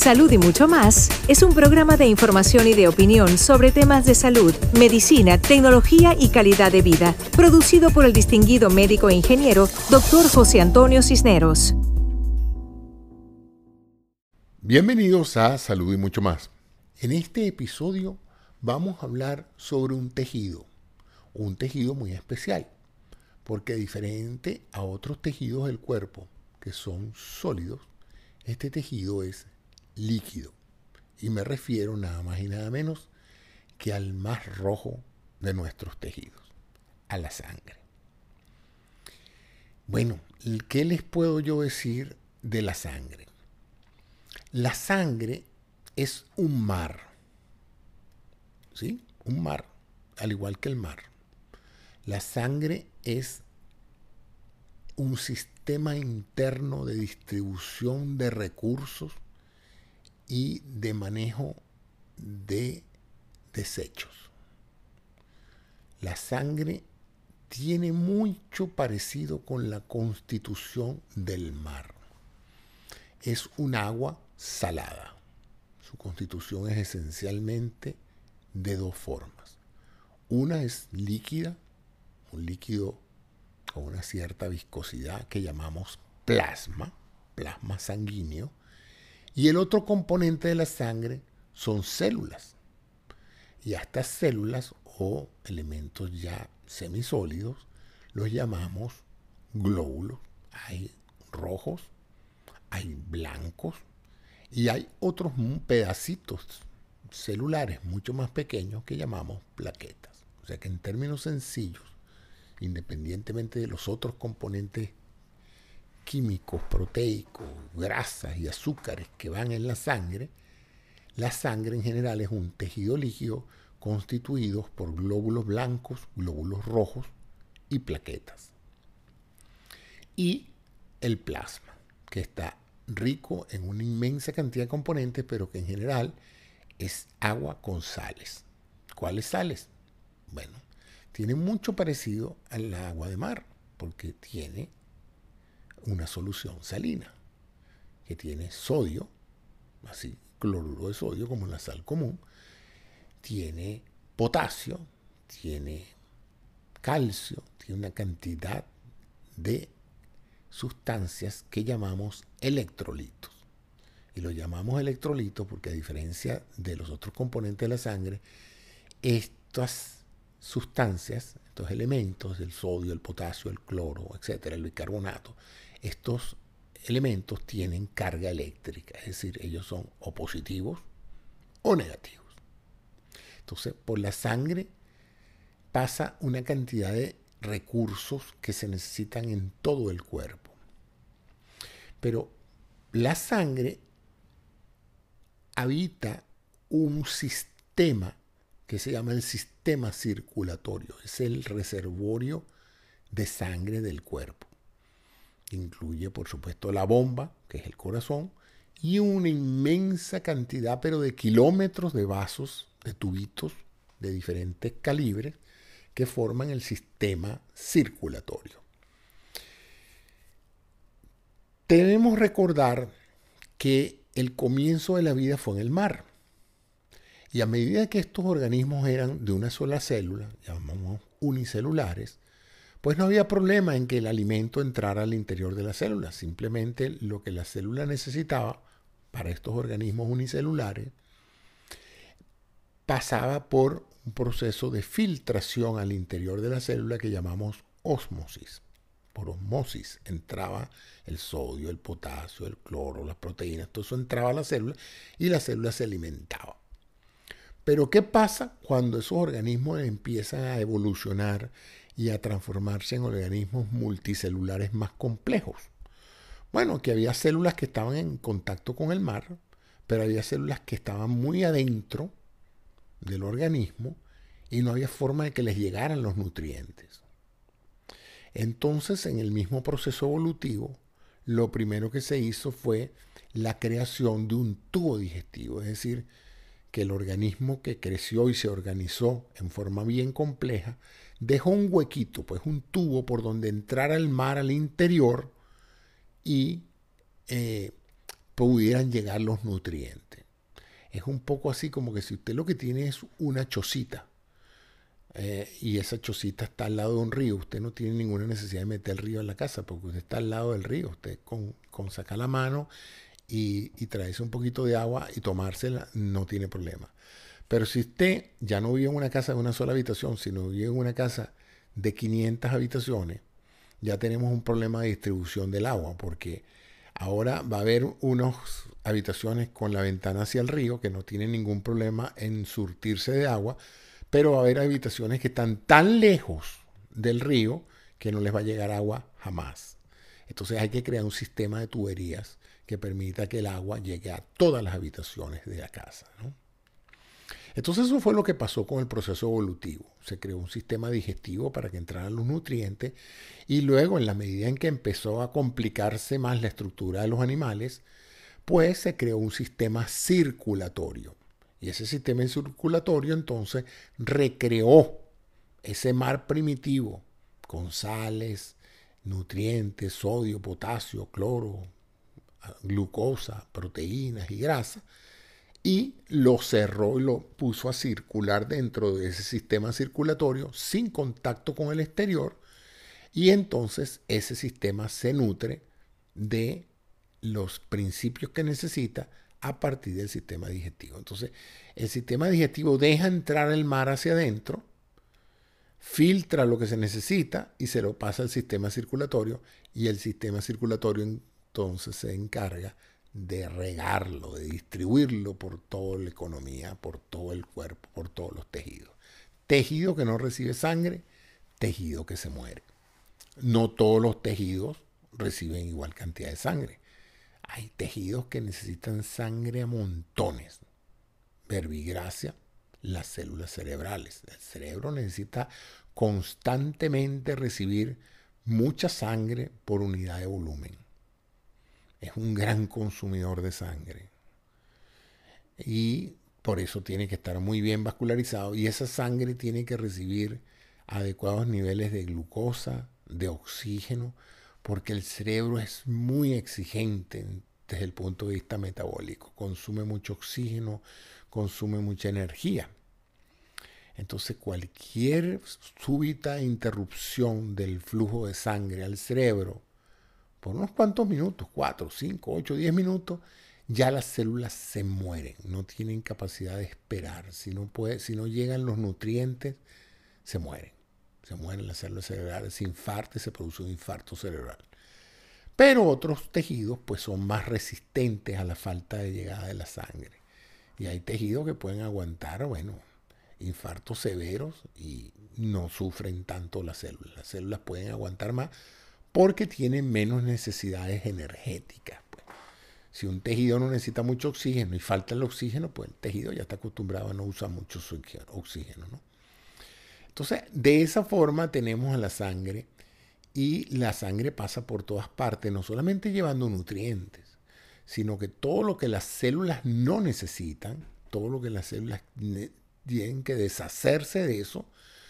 Salud y mucho más es un programa de información y de opinión sobre temas de salud, medicina, tecnología y calidad de vida, producido por el distinguido médico e ingeniero Dr. José Antonio Cisneros. Bienvenidos a Salud y mucho más. En este episodio vamos a hablar sobre un tejido muy especial, porque diferente a otros tejidos del cuerpo que son sólidos, este tejido es líquido. Y me refiero nada más y nada menos que al más rojo de nuestros tejidos, a la sangre. Bueno, ¿qué les puedo yo decir de la sangre? La sangre es un mar, ¿sí? Un mar, al igual que el mar. La sangre es un sistema interno de distribución de recursos y de manejo de desechos. La sangre tiene mucho parecido con la constitución del mar. Es un agua salada. Su constitución es esencialmente de dos formas. Una es líquida, un líquido con una cierta viscosidad que llamamos plasma sanguíneo, y el otro componente de la sangre son células. Y a estas células o elementos ya semisólidos los llamamos glóbulos. Hay rojos, hay blancos y hay otros pedacitos celulares mucho más pequeños que llamamos plaquetas. O sea que en términos sencillos, independientemente de los otros componentes químicos, proteicos, grasas y azúcares que van en la sangre en general es un tejido líquido constituido por glóbulos blancos, glóbulos rojos y plaquetas. Y el plasma, que está rico en una inmensa cantidad de componentes, pero que en general es agua con sales. ¿Cuáles sales? Bueno, tiene mucho parecido al agua de mar, porque tiene una solución salina, que tiene sodio, así cloruro de sodio como la sal común, tiene potasio, tiene calcio, tiene una cantidad de sustancias que llamamos electrolitos. Y lo llamamos electrolitos porque a diferencia de los otros componentes de la sangre, estas sustancias, estos elementos, el sodio, el potasio, el cloro, etcétera, el bicarbonato, estos elementos tienen carga eléctrica, es decir, ellos son o positivos o negativos. Entonces, por la sangre pasa una cantidad de recursos que se necesitan en todo el cuerpo. Pero la sangre habita un sistema que se llama el sistema circulatorio. Es el reservorio de sangre del cuerpo. Incluye, por supuesto, la bomba, que es el corazón, y una inmensa cantidad, pero de kilómetros de vasos, de tubitos de diferentes calibres que forman el sistema circulatorio. Debemos recordar que el comienzo de la vida fue en el mar. Y a medida que estos organismos eran de una sola célula, llamamos unicelulares, pues no había problema en que el alimento entrara al interior de la célula. Simplemente lo que la célula necesitaba para estos organismos unicelulares pasaba por un proceso de filtración al interior de la célula que llamamos ósmosis. Por ósmosis entraba el sodio, el potasio, el cloro, las proteínas, todo eso entraba a la célula y la célula se alimentaba. Pero ¿qué pasa cuando esos organismos empiezan a evolucionar y a transformarse en organismos multicelulares más complejos? Bueno, que había células que estaban en contacto con el mar, pero había células que estaban muy adentro del organismo y no había forma de que les llegaran los nutrientes. Entonces, en el mismo proceso evolutivo, lo primero que se hizo fue la creación de un tubo digestivo, es decir, que el organismo que creció y se organizó en forma bien compleja dejó un huequito, pues un tubo por donde entrara el mar al interior y pudieran llegar los nutrientes. Es un poco así como que si usted lo que tiene es una chocita, y esa chocita está al lado de un río, usted no tiene ninguna necesidad de meter el río en la casa, porque usted está al lado del río. Usted con sacar la mano y traerse un poquito de agua y tomársela, no tiene problema. Pero si usted ya no vive en una casa de una sola habitación, sino vive en una casa de 500 habitaciones, ya tenemos un problema de distribución del agua, porque ahora va a haber unas habitaciones con la ventana hacia el río que no tienen ningún problema en surtirse de agua, pero va a haber habitaciones que están tan lejos del río que no les va a llegar agua jamás. Entonces hay que crear un sistema de tuberías que permita que el agua llegue a todas las habitaciones de la casa, ¿no? Entonces eso fue lo que pasó con el proceso evolutivo. Se creó un sistema digestivo para que entraran los nutrientes, y luego, en la medida en que empezó a complicarse más la estructura de los animales, pues se creó un sistema circulatorio. Y ese sistema circulatorio entonces recreó ese mar primitivo con sales, nutrientes, sodio, potasio, cloro, glucosa, proteínas y grasa, y lo cerró y lo puso a circular dentro de ese sistema circulatorio sin contacto con el exterior, y entonces ese sistema se nutre de los principios que necesita a partir del sistema digestivo. Entonces, el sistema digestivo deja entrar el mar hacia adentro, filtra lo que se necesita y se lo pasa al sistema circulatorio, y el sistema circulatorio entonces se encarga de regarlo, de distribuirlo por toda la economía, por todo el cuerpo, por todos los tejidos. Tejido que no recibe sangre, tejido que se muere. No todos los tejidos reciben igual cantidad de sangre. Hay tejidos que necesitan sangre a montones. Verbigracia, las células cerebrales. El cerebro necesita constantemente recibir mucha sangre por unidad de volumen. Es un gran consumidor de sangre. Y por eso tiene que estar muy bien vascularizado. Y esa sangre tiene que recibir adecuados niveles de glucosa, de oxígeno, porque el cerebro es muy exigente desde el punto de vista metabólico. Consume mucho oxígeno, consume mucha energía. Entonces, cualquier súbita interrupción del flujo de sangre al cerebro, por unos cuantos minutos, 4, 5, 8, 10 minutos, ya las células se mueren, no tienen capacidad de esperar. Si no llegan los nutrientes, se mueren. Se mueren las células cerebrales, se infarta y se produce un infarto cerebral. Pero otros tejidos pues son más resistentes a la falta de llegada de la sangre. Y hay tejidos que pueden aguantar, infartos severos y no sufren tanto las células. Las células pueden aguantar más porque tienen menos necesidades energéticas. Pues. Si un tejido no necesita mucho oxígeno y falta el oxígeno, pues el tejido ya está acostumbrado a no usar mucho oxígeno, ¿no? Entonces, de esa forma tenemos a la sangre, y la sangre pasa por todas partes, no solamente llevando nutrientes, sino que todo lo que las células no necesitan, todo lo que las células tienen que deshacerse de eso,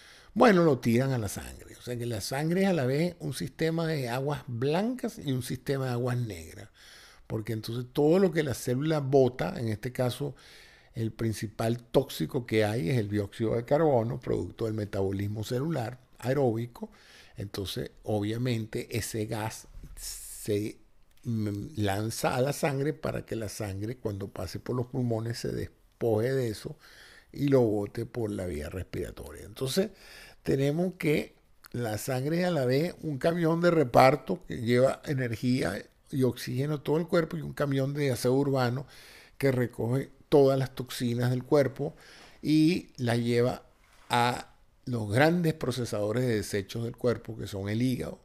lo tiran a la sangre. O sea que la sangre es a la vez un sistema de aguas blancas y un sistema de aguas negras. Porque entonces todo lo que la célula bota, en este caso el principal tóxico que hay es el dióxido de carbono, producto del metabolismo celular aeróbico. Entonces, obviamente, ese gas se lanza a la sangre para que la sangre, cuando pase por los pulmones, se despoje de eso y lo bote por la vía respiratoria. Entonces, tenemos que la sangre es a la vez un camión de reparto que lleva energía y oxígeno a todo el cuerpo, y un camión de aseo urbano que recoge todas las toxinas del cuerpo y las lleva a los grandes procesadores de desechos del cuerpo, que son el hígado,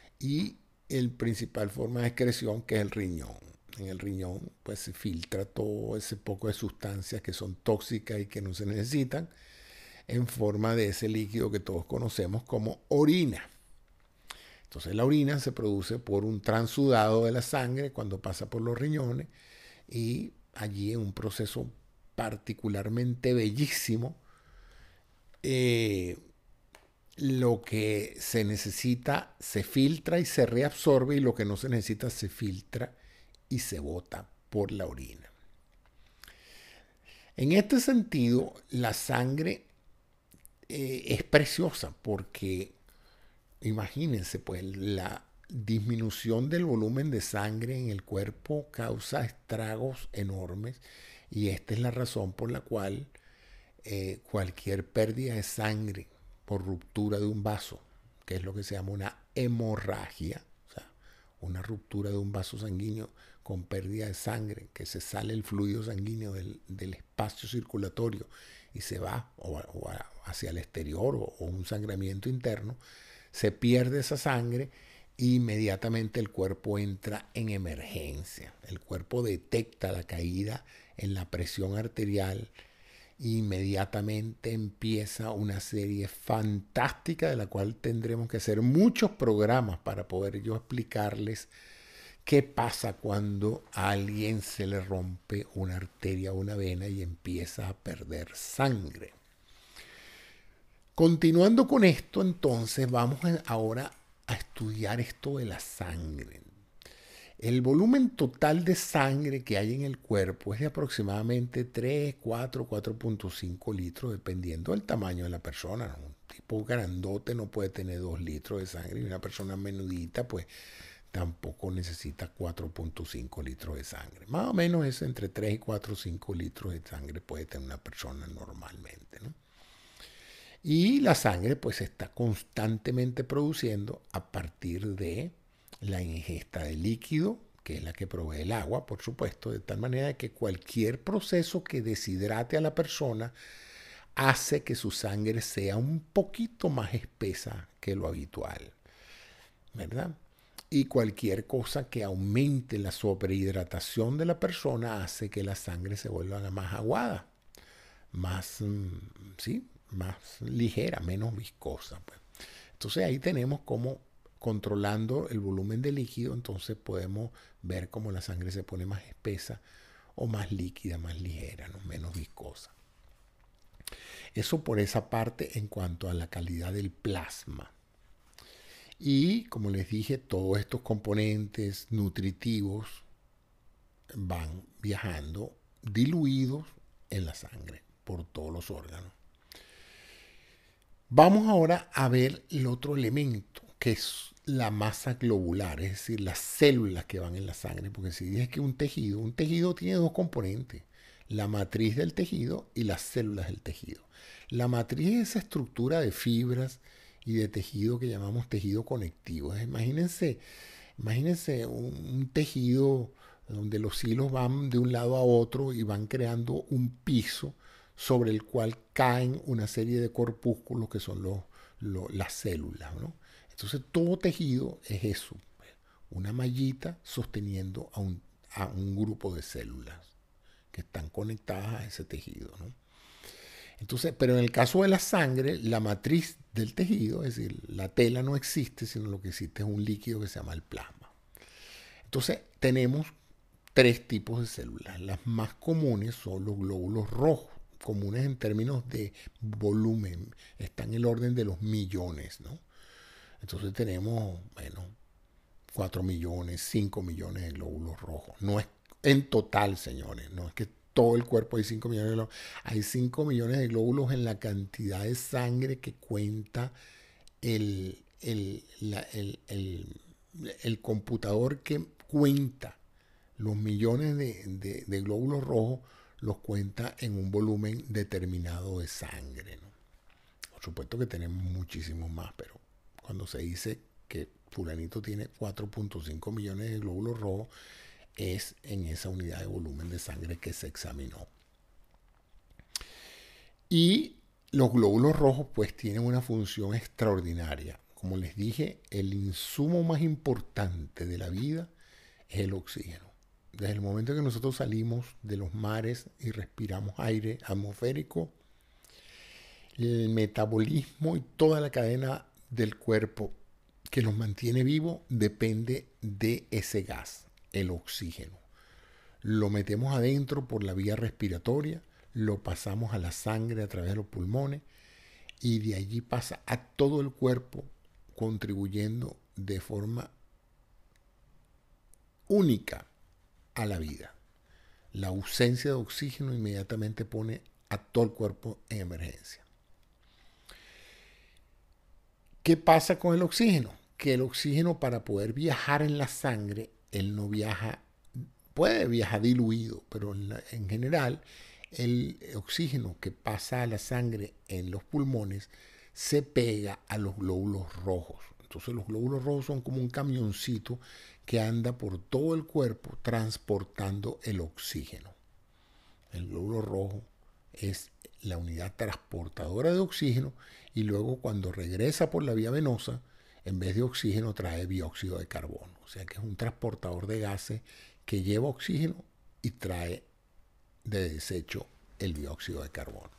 y el principal forma de excreción, que es el riñón. En el riñón pues se filtra todo ese poco de sustancias que son tóxicas y que no se necesitan, en forma de ese líquido que todos conocemos como orina. Entonces la orina se produce por un transudado de la sangre cuando pasa por los riñones, y allí en un proceso particularmente bellísimo, lo que se necesita se filtra y se reabsorbe, y lo que no se necesita se filtra y se bota por la orina. En este sentido, la sangre es preciosa porque, imagínense, pues la disminución del volumen de sangre en el cuerpo causa estragos enormes y esta es la razón por la cual cualquier pérdida de sangre por ruptura de un vaso, que es lo que se llama una hemorragia, o sea, una ruptura de un vaso sanguíneo con pérdida de sangre, que se sale el fluido sanguíneo del espacio circulatorio y se va hacia el exterior o un sangramiento interno, se pierde esa sangre e inmediatamente el cuerpo entra en emergencia. El cuerpo detecta la caída en la presión arterial e inmediatamente empieza una serie fantástica de la cual tendremos que hacer muchos programas para poder yo explicarles qué pasa cuando a alguien se le rompe una arteria o una vena y empieza a perder sangre. Continuando con esto, entonces vamos ahora a estudiar esto de la sangre. El volumen total de sangre que hay en el cuerpo es de aproximadamente 3, 4, 4.5 litros, dependiendo del tamaño de la persona. Un tipo grandote no puede tener 2 litros de sangre y una persona menudita pues tampoco necesita 4.5 litros de sangre. Más o menos es entre 3 y 4 o 5 litros de sangre puede tener una persona normalmente, ¿no? Y la sangre pues se está constantemente produciendo a partir de la ingesta de líquido, que es la que provee el agua, por supuesto, de tal manera que cualquier proceso que deshidrate a la persona hace que su sangre sea un poquito más espesa que lo habitual, ¿verdad? Y cualquier cosa que aumente la sobrehidratación de la persona hace que la sangre se vuelva más aguada, más, ¿sí?, más ligera, menos viscosa, pues. Entonces ahí tenemos como controlando el volumen de líquido, entonces podemos ver cómo la sangre se pone más espesa o más líquida, más ligera, ¿no?, menos viscosa. Eso por esa parte en cuanto a la calidad del plasma. Y como les dije, todos estos componentes nutritivos van viajando diluidos en la sangre por todos los órganos. Vamos ahora a ver el otro elemento, que es la masa globular, es decir, las células que van en la sangre. Porque si dices que un tejido tiene dos componentes, la matriz del tejido y las células del tejido. La matriz es esa estructura de fibras y de tejido que llamamos tejido conectivo. Imagínense un tejido donde los hilos van de un lado a otro y van creando un piso sobre el cual caen una serie de corpúsculos que son las células, ¿no? Entonces todo tejido es eso, una mallita sosteniendo a un grupo de células que están conectadas a ese tejido, ¿no? Entonces, pero en el caso de la sangre, la matriz del tejido, es decir, la tela no existe, sino lo que existe es un líquido que se llama el plasma. Entonces tenemos 3 tipos de células. Las más comunes son los glóbulos rojos, comunes en términos de volumen, están en el orden de los millones, ¿no? Entonces tenemos, 4 millones, 5 millones de glóbulos rojos. No es en total, señores, no es que todo el cuerpo hay 5 millones de glóbulos. Hay 5 millones de glóbulos en la cantidad de sangre que cuenta el computador que cuenta los millones de glóbulos rojos, los cuenta en un volumen determinado de sangre, ¿no? Por supuesto que tenemos muchísimos más, pero cuando se dice que fulanito tiene 4.5 millones de glóbulos rojos, es en esa unidad de volumen de sangre que se examinó. Y los glóbulos rojos pues tienen una función extraordinaria. Como les dije, el insumo más importante de la vida es el oxígeno. Desde el momento que nosotros salimos de los mares y respiramos aire atmosférico, el metabolismo y toda la cadena del cuerpo que nos mantiene vivos depende de ese gas, el oxígeno. Lo metemos adentro por la vía respiratoria, lo pasamos a la sangre a través de los pulmones y de allí pasa a todo el cuerpo, contribuyendo de forma única a la vida. La ausencia de oxígeno inmediatamente pone a todo el cuerpo en emergencia. ¿Qué pasa con el oxígeno? Que el oxígeno, para poder viajar en la sangre, él no viaja, puede viajar diluido, pero en general el oxígeno que pasa a la sangre en los pulmones se pega a los glóbulos rojos. Entonces los glóbulos rojos son como un camioncito que anda por todo el cuerpo transportando el oxígeno. El glóbulo rojo es la unidad transportadora de oxígeno y luego cuando regresa por la vía venosa, en vez de oxígeno trae dióxido de carbono. O sea que es un transportador de gases que lleva oxígeno y trae de desecho el dióxido de carbono.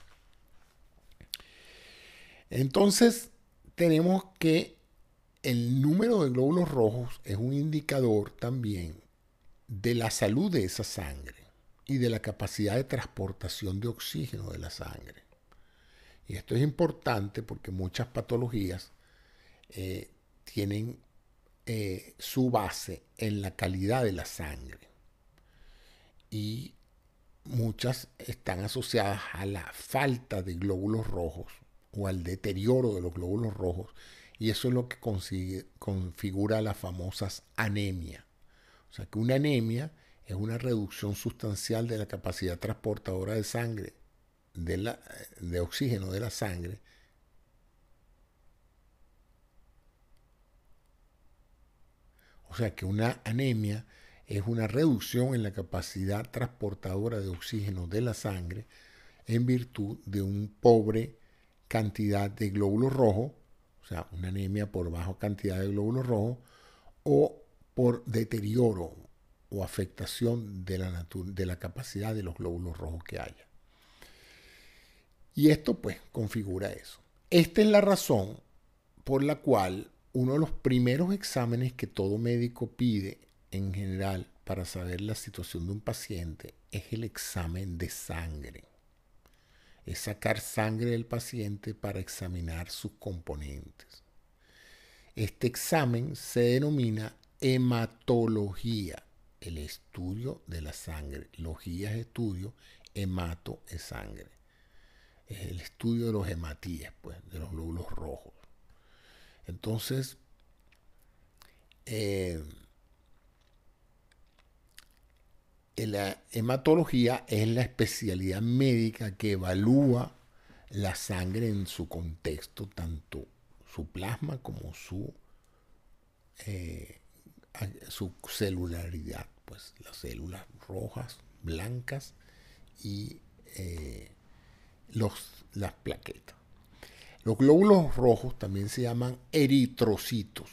Entonces tenemos que el número de glóbulos rojos es un indicador también de la salud de esa sangre y de la capacidad de transportación de oxígeno de la sangre. Y esto es importante porque muchas patologías tienen su base en la calidad de la sangre. Y muchas están asociadas a la falta de glóbulos rojos o al deterioro de los glóbulos rojos. Y eso es lo que configura las famosas anemias. O sea que una anemia es una reducción sustancial de la capacidad transportadora de sangre, de oxígeno de la sangre. O sea que una anemia es una reducción en la capacidad transportadora de oxígeno de la sangre en virtud de un pobre cantidad de glóbulos rojos, o sea, una anemia por baja cantidad de glóbulos rojos, o por deterioro o afectación de la capacidad de los glóbulos rojos que haya. Y esto pues configura eso. Esta es la razón por la cual uno de los primeros exámenes que todo médico pide en general para saber la situación de un paciente es el examen de sangre. Es sacar sangre del paciente para examinar sus componentes. Este examen se denomina hematología, el estudio de la sangre. Logía es estudio, hemato es sangre. Es el estudio de los hematíes, pues, de los glóbulos rojos. Entonces, la hematología es la especialidad médica que evalúa la sangre en su contexto, tanto su plasma como su celularidad, pues las células rojas, blancas y las plaquetas. Los glóbulos rojos también se llaman eritrocitos,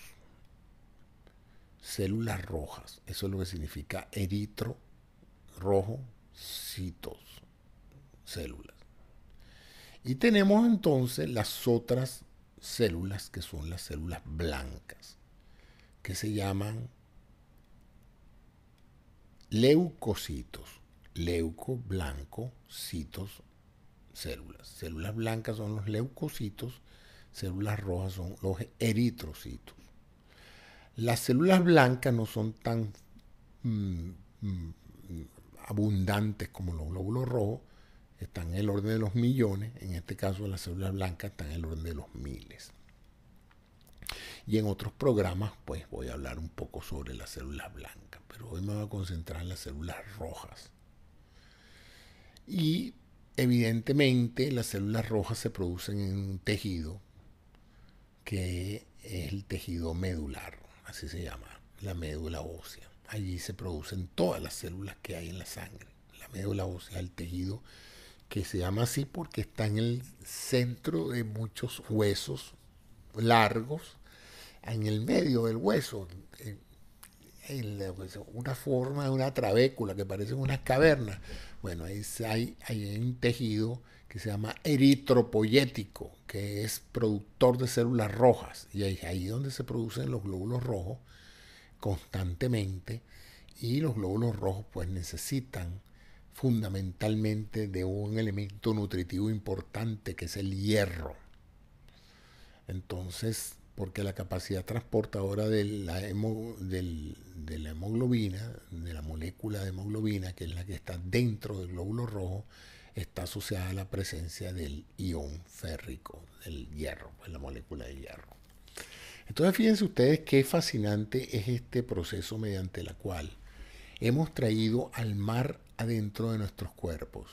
células rojas. Eso es lo que significa eritro, rojo, citos, células. Y tenemos entonces las otras células que son las células blancas, que se llaman leucocitos. Leuco, blanco, citos, células. Células blancas son los leucocitos, células rojas son los eritrocitos. Las células blancas no son tan abundantes como los glóbulos rojos, están en el orden de los millones. En este caso las células blancas están en el orden de los miles. Y en otros programas pues voy a hablar un poco sobre las células blancas, pero hoy me voy a concentrar en las células rojas. Y evidentemente las células rojas se producen en un tejido que es el tejido medular, así se llama, la médula ósea. Allí se producen todas las células que hay en la sangre. La médula ósea, el tejido que se llama así porque está en el centro de muchos huesos largos, en el medio del hueso, una forma de una trabécula que parecen unas cavernas. Bueno, ahí hay un tejido que se llama eritropoyético, que es productor de células rojas, y ahí es donde se producen los glóbulos rojos constantemente, y los glóbulos rojos pues necesitan fundamentalmente de un elemento nutritivo importante que es el hierro. Entonces porque la capacidad transportadora de la hemoglobina, de la molécula de hemoglobina, que es la que está dentro del glóbulo rojo, está asociada a la presencia del ion férrico, del hierro, pues la molécula de hierro. Entonces fíjense ustedes qué fascinante es este proceso mediante el cual hemos traído al mar adentro de nuestros cuerpos.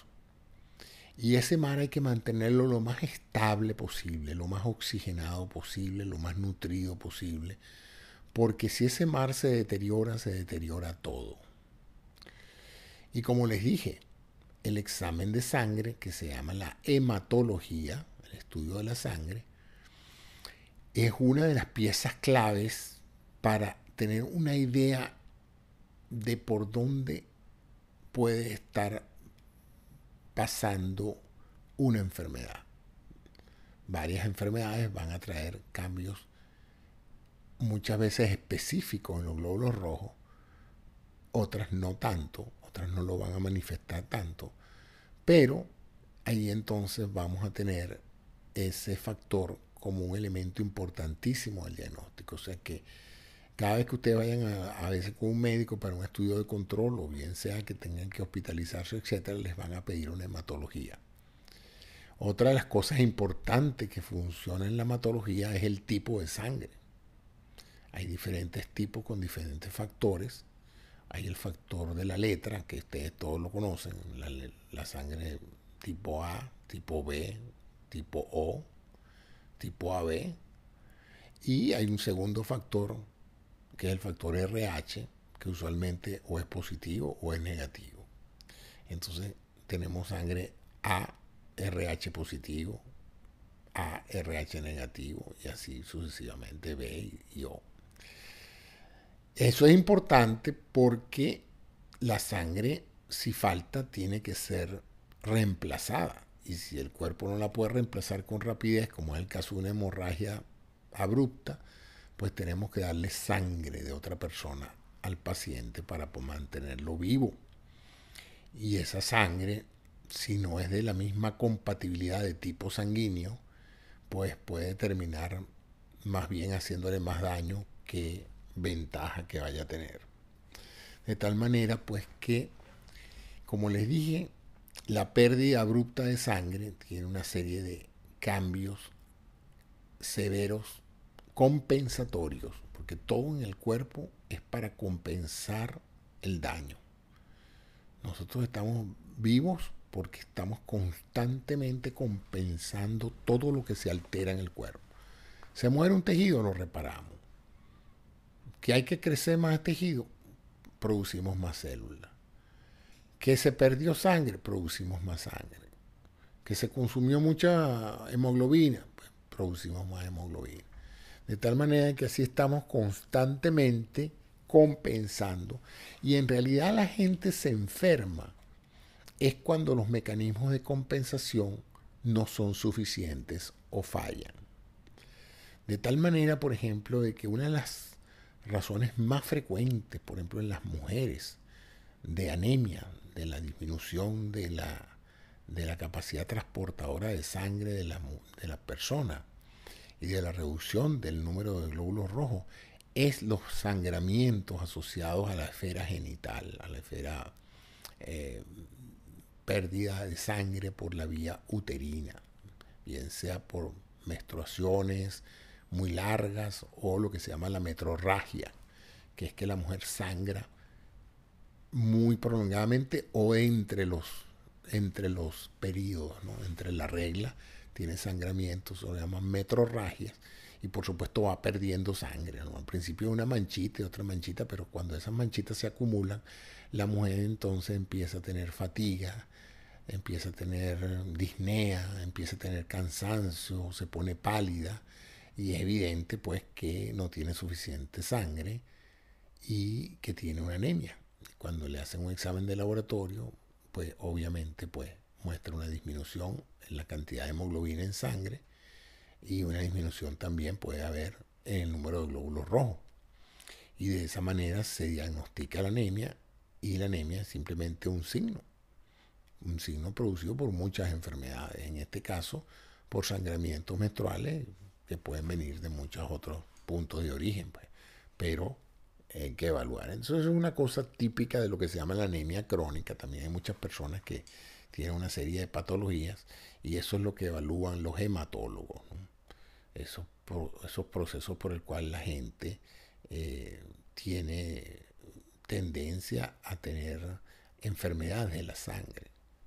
Y ese mar hay que mantenerlo lo más estable posible, lo más oxigenado posible, lo más nutrido posible, porque si ese mar se deteriora todo. Y como les dije, el examen de sangre, que se llama la hematología, el estudio de la sangre, es una de las piezas claves para tener una idea de por dónde puede estar pasando una enfermedad. Varias enfermedades van a traer cambios muchas veces específicos en los glóbulos rojos, otras no tanto, otras no lo van a manifestar tanto, pero ahí entonces vamos a tener ese factor como un elemento importantísimo del diagnóstico. O sea que cada vez que ustedes vayan a veces con un médico para un estudio de control, o bien sea que tengan que hospitalizarse, etcétera, les van a pedir una hematología. Otra de las cosas importantes que funciona en la hematología es el tipo de sangre. Hay diferentes tipos con diferentes factores. Hay el factor de la letra, que ustedes todos lo conocen, la sangre tipo A, tipo B, tipo O, tipo AB. Y hay un segundo factor, que es el factor RH, que usualmente o es positivo o es negativo. Entonces tenemos sangre ARH positivo, ARH negativo y así sucesivamente B y O. Eso es importante porque la sangre, si falta, tiene que ser reemplazada. Y si el cuerpo no la puede reemplazar con rapidez, como es el caso de una hemorragia abrupta, pues tenemos que darle sangre de otra persona al paciente para mantenerlo vivo. Y esa sangre, si no es de la misma compatibilidad de tipo sanguíneo, pues puede terminar más bien haciéndole más daño que ventaja que vaya a tener. De tal manera pues que, como les dije, la pérdida abrupta de sangre tiene una serie de cambios severos compensatorios, porque todo en el cuerpo es para compensar el daño. Nosotros estamos vivos porque estamos constantemente compensando todo lo que se altera en el cuerpo. Se muere un tejido, lo reparamos. Que hay que crecer más tejido, producimos más células. Que se perdió sangre, producimos más sangre. Que se consumió mucha hemoglobina, pues producimos más hemoglobina. De tal manera que así estamos constantemente compensando. Y en realidad la gente se enferma es cuando los mecanismos de compensación no son suficientes o fallan. De tal manera, por ejemplo, de que una de las razones más frecuentes, por ejemplo, en las mujeres, de anemia, de la disminución de la capacidad transportadora de sangre de la persona y de la reducción del número de glóbulos rojos, es los sangramientos asociados a la esfera genital, a la esfera pérdida de sangre por la vía uterina, bien sea por menstruaciones muy largas o lo que se llama la metrorragia, que es que la mujer sangra muy prolongadamente o entre los periodos, ¿no? Entre la regla tiene sangramientos, se llaman metrorragias, y por supuesto va perdiendo sangre, ¿no? Al principio una manchita y otra manchita, pero cuando esas manchitas se acumulan, la mujer entonces empieza a tener fatiga, empieza a tener disnea, empieza a tener cansancio, se pone pálida, y es evidente pues que no tiene suficiente sangre y que tiene una anemia. Cuando le hacen un examen de laboratorio, pues obviamente pues muestra una disminución en la cantidad de hemoglobina en sangre y una disminución también puede haber en el número de glóbulos rojos. Y de esa manera se diagnostica la anemia, y la anemia es simplemente un signo producido por muchas enfermedades, en este caso por sangramientos menstruales, que pueden venir de muchos otros puntos de origen, pues. Pero hay que evaluar. Entonces es una cosa típica de lo que se llama la anemia crónica. También hay muchas personas que tienen una serie de patologías y eso es lo que evalúan los hematólogos, ¿no? Esos procesos por el cual la gente tiene tendencia a tener enfermedades de la sangre.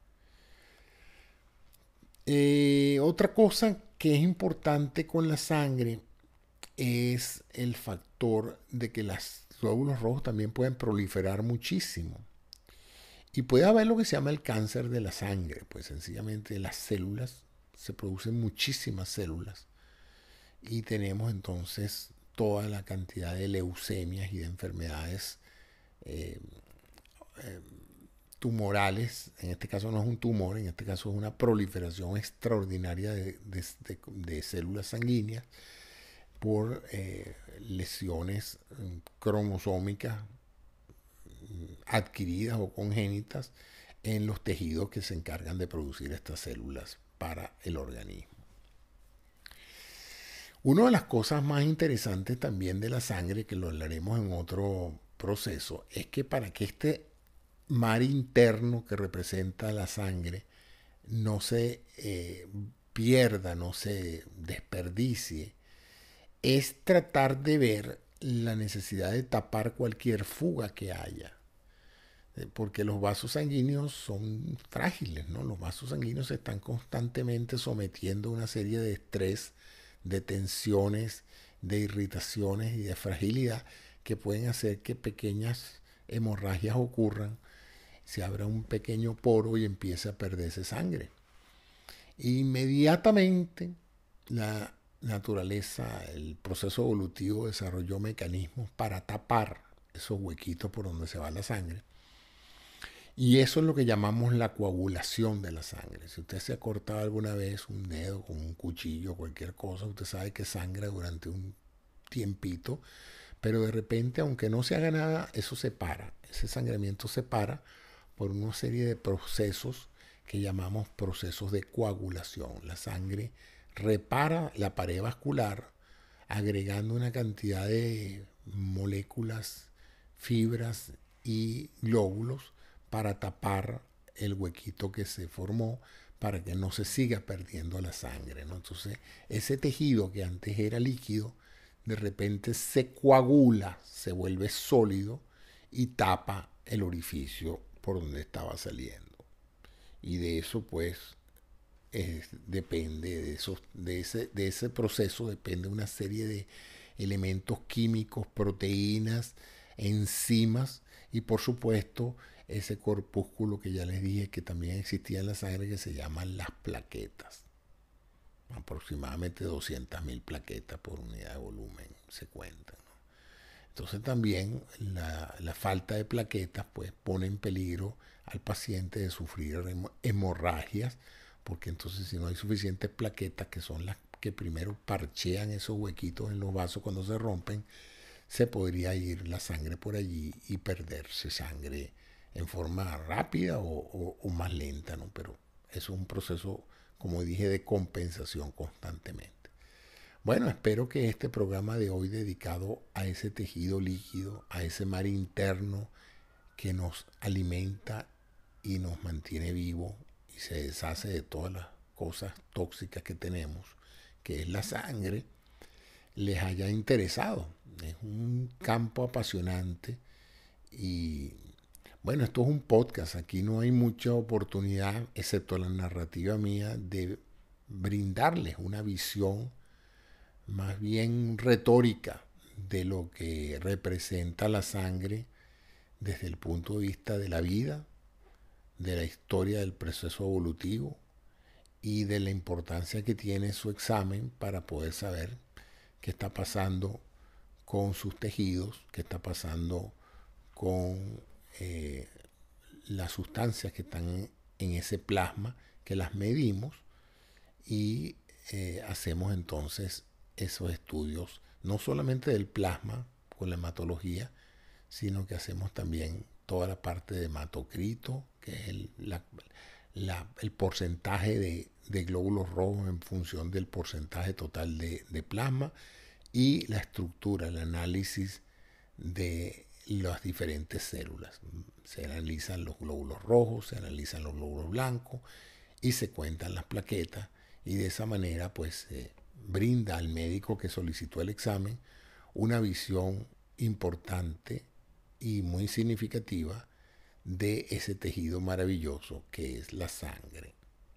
Otra cosa que es importante con la sangre es el factor de que los glóbulos rojos también pueden proliferar muchísimo. Y puede haber lo que se llama el cáncer de la sangre, pues sencillamente las células, se producen muchísimas células y tenemos entonces toda la cantidad de leucemias y de enfermedades tumorales. En este caso no es un tumor, en este caso es una proliferación extraordinaria de células sanguíneas por lesiones cromosómicas adquiridas o congénitas en los tejidos que se encargan de producir estas células para el organismo. Una de las cosas más interesantes también de la sangre, que lo hablaremos en otro proceso, es que para que este mar interno que representa la sangre no se pierda, no se desperdicie, es tratar de ver la necesidad de tapar cualquier fuga que haya. Porque los vasos sanguíneos son frágiles, ¿no? Los vasos sanguíneos se están constantemente sometiendo a una serie de estrés, de tensiones, de irritaciones y de fragilidad que pueden hacer que pequeñas hemorragias ocurran, se abra un pequeño poro y empiece a perderse sangre. Inmediatamente la naturaleza, el proceso evolutivo desarrolló mecanismos para tapar esos huequitos por donde se va la sangre. Y eso es lo que llamamos la coagulación de la sangre. Si usted se ha cortado alguna vez un dedo con un cuchillo o cualquier cosa, usted sabe que sangra durante un tiempito, pero de repente, aunque no se haga nada, eso se para. Ese sangramiento se para por una serie de procesos que llamamos procesos de coagulación. La sangre repara la pared vascular agregando una cantidad de moléculas, fibras y glóbulos para tapar el huequito que se formó para que no se siga perdiendo la sangre, ¿no? Entonces, ese tejido que antes era líquido, de repente se coagula, se vuelve sólido y tapa el orificio por donde estaba saliendo. Y de eso, pues, depende de ese proceso, depende una serie de elementos químicos, proteínas, enzimas y, por supuesto, ese corpúsculo que ya les dije que también existía en la sangre, que se llaman las plaquetas. Aproximadamente 200.000 plaquetas por unidad de volumen se cuentan, ¿no? Entonces también la falta de plaquetas pues pone en peligro al paciente de sufrir hemorragias, porque entonces si no hay suficientes plaquetas, que son las que primero parchean esos huequitos en los vasos cuando se rompen, se podría ir la sangre por allí y perderse sangre en forma rápida o más lenta, ¿no? Pero eso es un proceso, como dije, de compensación constantemente. Bueno, espero que este programa de hoy dedicado a ese tejido líquido, a ese mar interno que nos alimenta y nos mantiene vivos y se deshace de todas las cosas tóxicas que tenemos, que es la sangre, les haya interesado. Es un campo apasionante y bueno, esto es un podcast, aquí no hay mucha oportunidad, excepto la narrativa mía, de brindarles una visión más bien retórica de lo que representa la sangre desde el punto de vista de la vida, de la historia del proceso evolutivo y de la importancia que tiene su examen para poder saber qué está pasando con sus tejidos, qué está pasando con las sustancias que están en ese plasma, que las medimos y hacemos entonces esos estudios, no solamente del plasma con la hematología, sino que hacemos también toda la parte de hematocrito, que es el porcentaje de glóbulos rojos en función del porcentaje total de plasma y la estructura, el análisis de las diferentes células. Se analizan los glóbulos rojos, se analizan los glóbulos blancos y se cuentan las plaquetas, y de esa manera pues brinda al médico que solicitó el examen una visión importante y muy significativa de ese tejido maravilloso que es la sangre.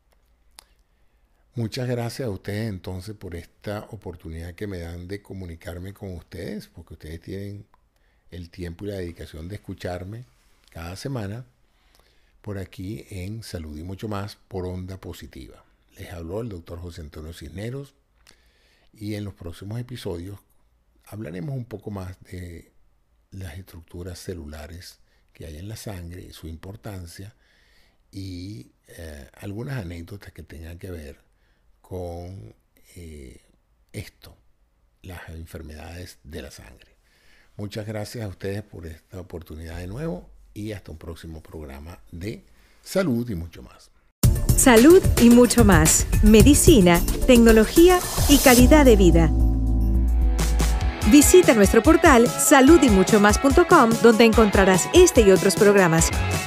Muchas gracias a ustedes entonces por esta oportunidad que me dan de comunicarme con ustedes, porque ustedes tienen el tiempo y la dedicación de escucharme cada semana por aquí en Salud y Mucho Más por Onda Positiva. Les habló el doctor José Antonio Cisneros, y en los próximos episodios hablaremos un poco más de las estructuras celulares que hay en la sangre y su importancia, y algunas anécdotas que tengan que ver con las enfermedades de la sangre. Muchas gracias a ustedes por esta oportunidad de nuevo, y hasta un próximo programa de Salud y Mucho Más. Salud y mucho más. Medicina, tecnología y calidad de vida. Visita nuestro portal saludymuchomás.com, donde encontrarás este y otros programas.